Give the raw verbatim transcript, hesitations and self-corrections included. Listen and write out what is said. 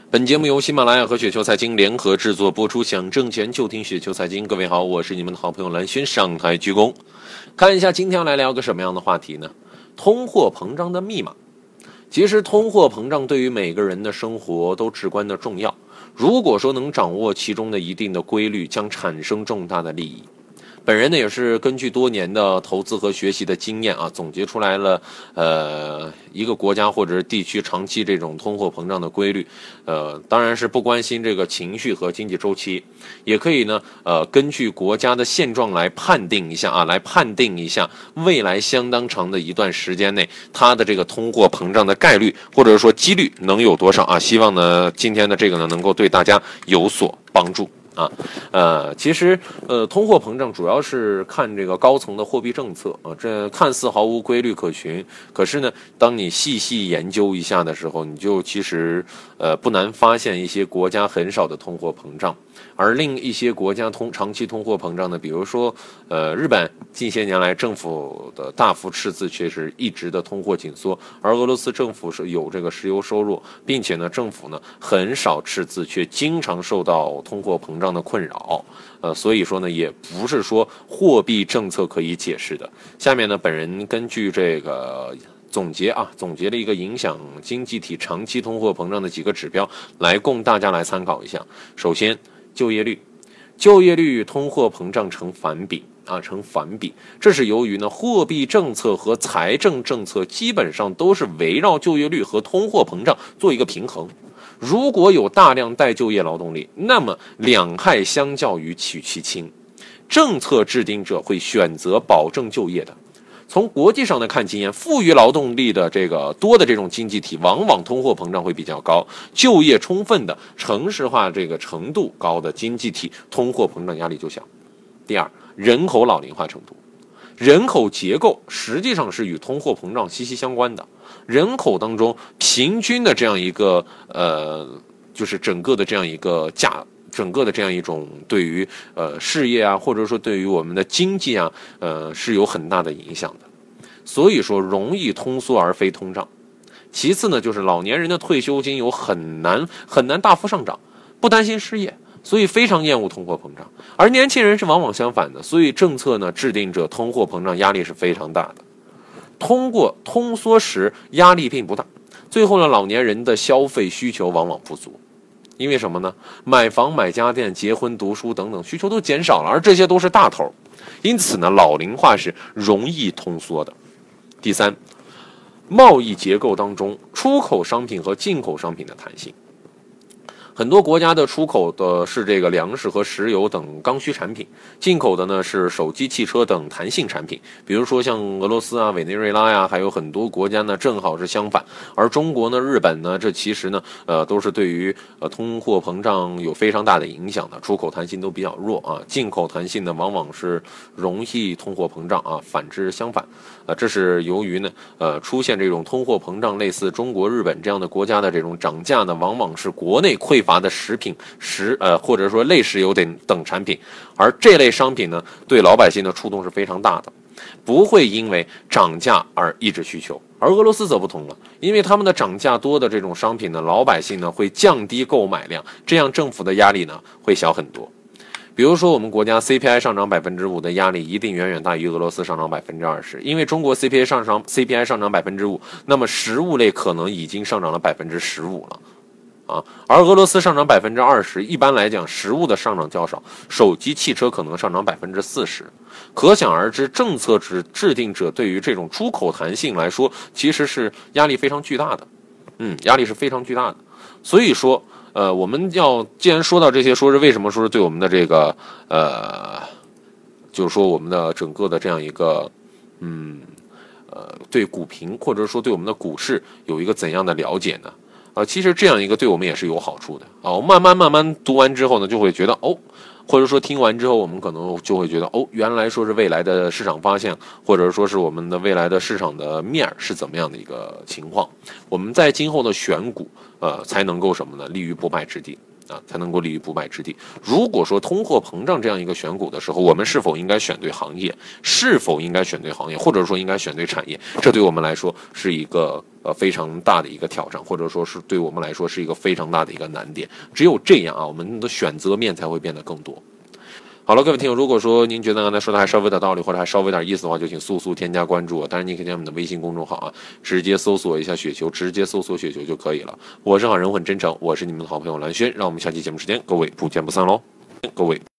本节目由喜马拉雅和雪球财经联合制作播出，想挣钱就听雪球财经。各位好，我是你们的好朋友蓝轩，上台鞠躬。看一下今天要来聊个什么样的话题呢？通货膨胀的密码。其实通货膨胀对于每个人的生活都至关的重要，如果说能掌握其中的一定的规律，将产生重大的利益。本人呢也是根据多年的投资和学习的经验啊，总结出来了呃一个国家或者是地区长期这种通货膨胀的规律。呃，当然是不关心这个情绪和经济周期，也可以呢呃根据国家的现状来判定一下啊，来判定一下未来相当长的一段时间内它的这个通货膨胀的概率或者说几率能有多少啊？希望呢今天的这个呢能够对大家有所帮助。啊，呃，其实，呃，通货膨胀主要是看这个高层的货币政策啊，这看似毫无规律可循，可是呢，当你细细研究一下的时候，你就其实，呃，不难发现一些国家很少的通货膨胀，而另一些国家通长期通货膨胀呢，比如说，呃，日本近些年来政府的大幅赤字却是一直的通货紧缩，而俄罗斯政府是有这个石油收入，并且呢，政府呢很少赤字，却经常受到通货膨胀的困扰，呃，所以说呢，也不是说货币政策可以解释的。下面呢，本人根据这个总结啊，总结了一个影响经济体长期通货膨胀的几个指标，来供大家来参考一下。首先，就业率，就业率与通货膨胀成反比啊，成反比，这是由于呢，货币政策和财政政策基本上都是围绕就业率和通货膨胀做一个平衡。如果有大量待就业劳动力，那么两害相较于取其轻，政策制定者会选择保证就业的。从国际上的看经验，富裕劳动力的这个多的这种经济体，往往通货膨胀会比较高；就业充分的、城市化这个程度高的经济体，通货膨胀压力就小。第二，人口老龄化程度。人口结构实际上是与通货膨胀息息相关的。人口当中平均的这样一个呃，就是整个的这样一个价，整个的这样一种对于呃事业啊，或者说对于我们的经济啊，呃是有很大的影响的。所以说容易通缩而非通胀。其次呢，就是老年人的退休金有很难很难大幅上涨，不担心失业。所以非常厌恶通货膨胀，而年轻人是往往相反的，所以政策呢制定者通货膨胀压力是非常大的。通过通缩时压力并不大，最后呢老年人的消费需求往往不足，因为什么呢？买房、买家电、结婚、读书等等需求都减少了，而这些都是大头，因此呢老龄化是容易通缩的。第三，贸易结构当中出口商品和进口商品的弹性。很多国家的出口的是这个粮食和石油等刚需产品，进口的呢是手机、汽车等弹性产品。比如说像俄罗斯啊、委内瑞拉呀、啊，还有很多国家呢正好是相反。而中国呢、日本呢，这其实呢，呃，都是对于呃通货膨胀有非常大的影响的，出口弹性都比较弱啊，进口弹性呢往往是容易通货膨胀啊，反之相反。呃，这是由于呢，呃，出现这种通货膨胀，类似中国、日本这样的国家的这种涨价呢，往往是国内匮乏的食品、食呃或者说类石油等等产品，而这类商品呢，对老百姓的触动是非常大的，不会因为涨价而抑制需求。而俄罗斯则不同了，因为他们的涨价多的这种商品呢，老百姓呢会降低购买量，这样政府的压力呢会小很多。比如说，我们国家 C P I 上涨百分之五的压力一定远远大于俄罗斯上涨百分之二十，因为中国 C P I 上涨 C P I 上涨百分之五，那么食物类可能已经上涨了百分之十五了。啊，而俄罗斯上涨百分之二十，一般来讲，食物的上涨较少，手机、汽车可能上涨百分之四十。可想而知，政策制制定者对于这种出口弹性来说，其实是压力非常巨大的。嗯，压力是非常巨大的。所以说，呃，我们要既然说到这些，说是为什么说是对我们的这个呃，就是说我们的整个的这样一个嗯呃，对股评或者说对我们的股市有一个怎样的了解呢？呃，其实这样一个对我们也是有好处的啊。我慢慢慢慢读完之后呢，就会觉得哦，或者说听完之后，我们可能就会觉得哦，原来说是未来的市场发现，或者说是我们的未来的市场的面是怎么样的一个情况，我们在今后的选股，呃，才能够什么呢？立于不败之地。 啊，才能够立于不败之地。如果说通货膨胀这样一个选股的时候，我们是否应该选对行业？是否应该选对行业，或者说应该选对产业？这对我们来说是一个呃非常大的一个挑战，或者说是对我们来说是一个非常大的一个难点。只有这样啊，我们的选择面才会变得更多。好了，各位听友，如果说您觉得刚才说的还稍微有点道理，或者还稍微有点意思的话，就请速速添加关注。当然，你可以添加我们的微信公众号啊，直接搜索一下雪球，直接搜索雪球就可以了。我是好人很真诚，我是你们的好朋友蓝轩，让我们下期节目时间各位不见不散喽，各位。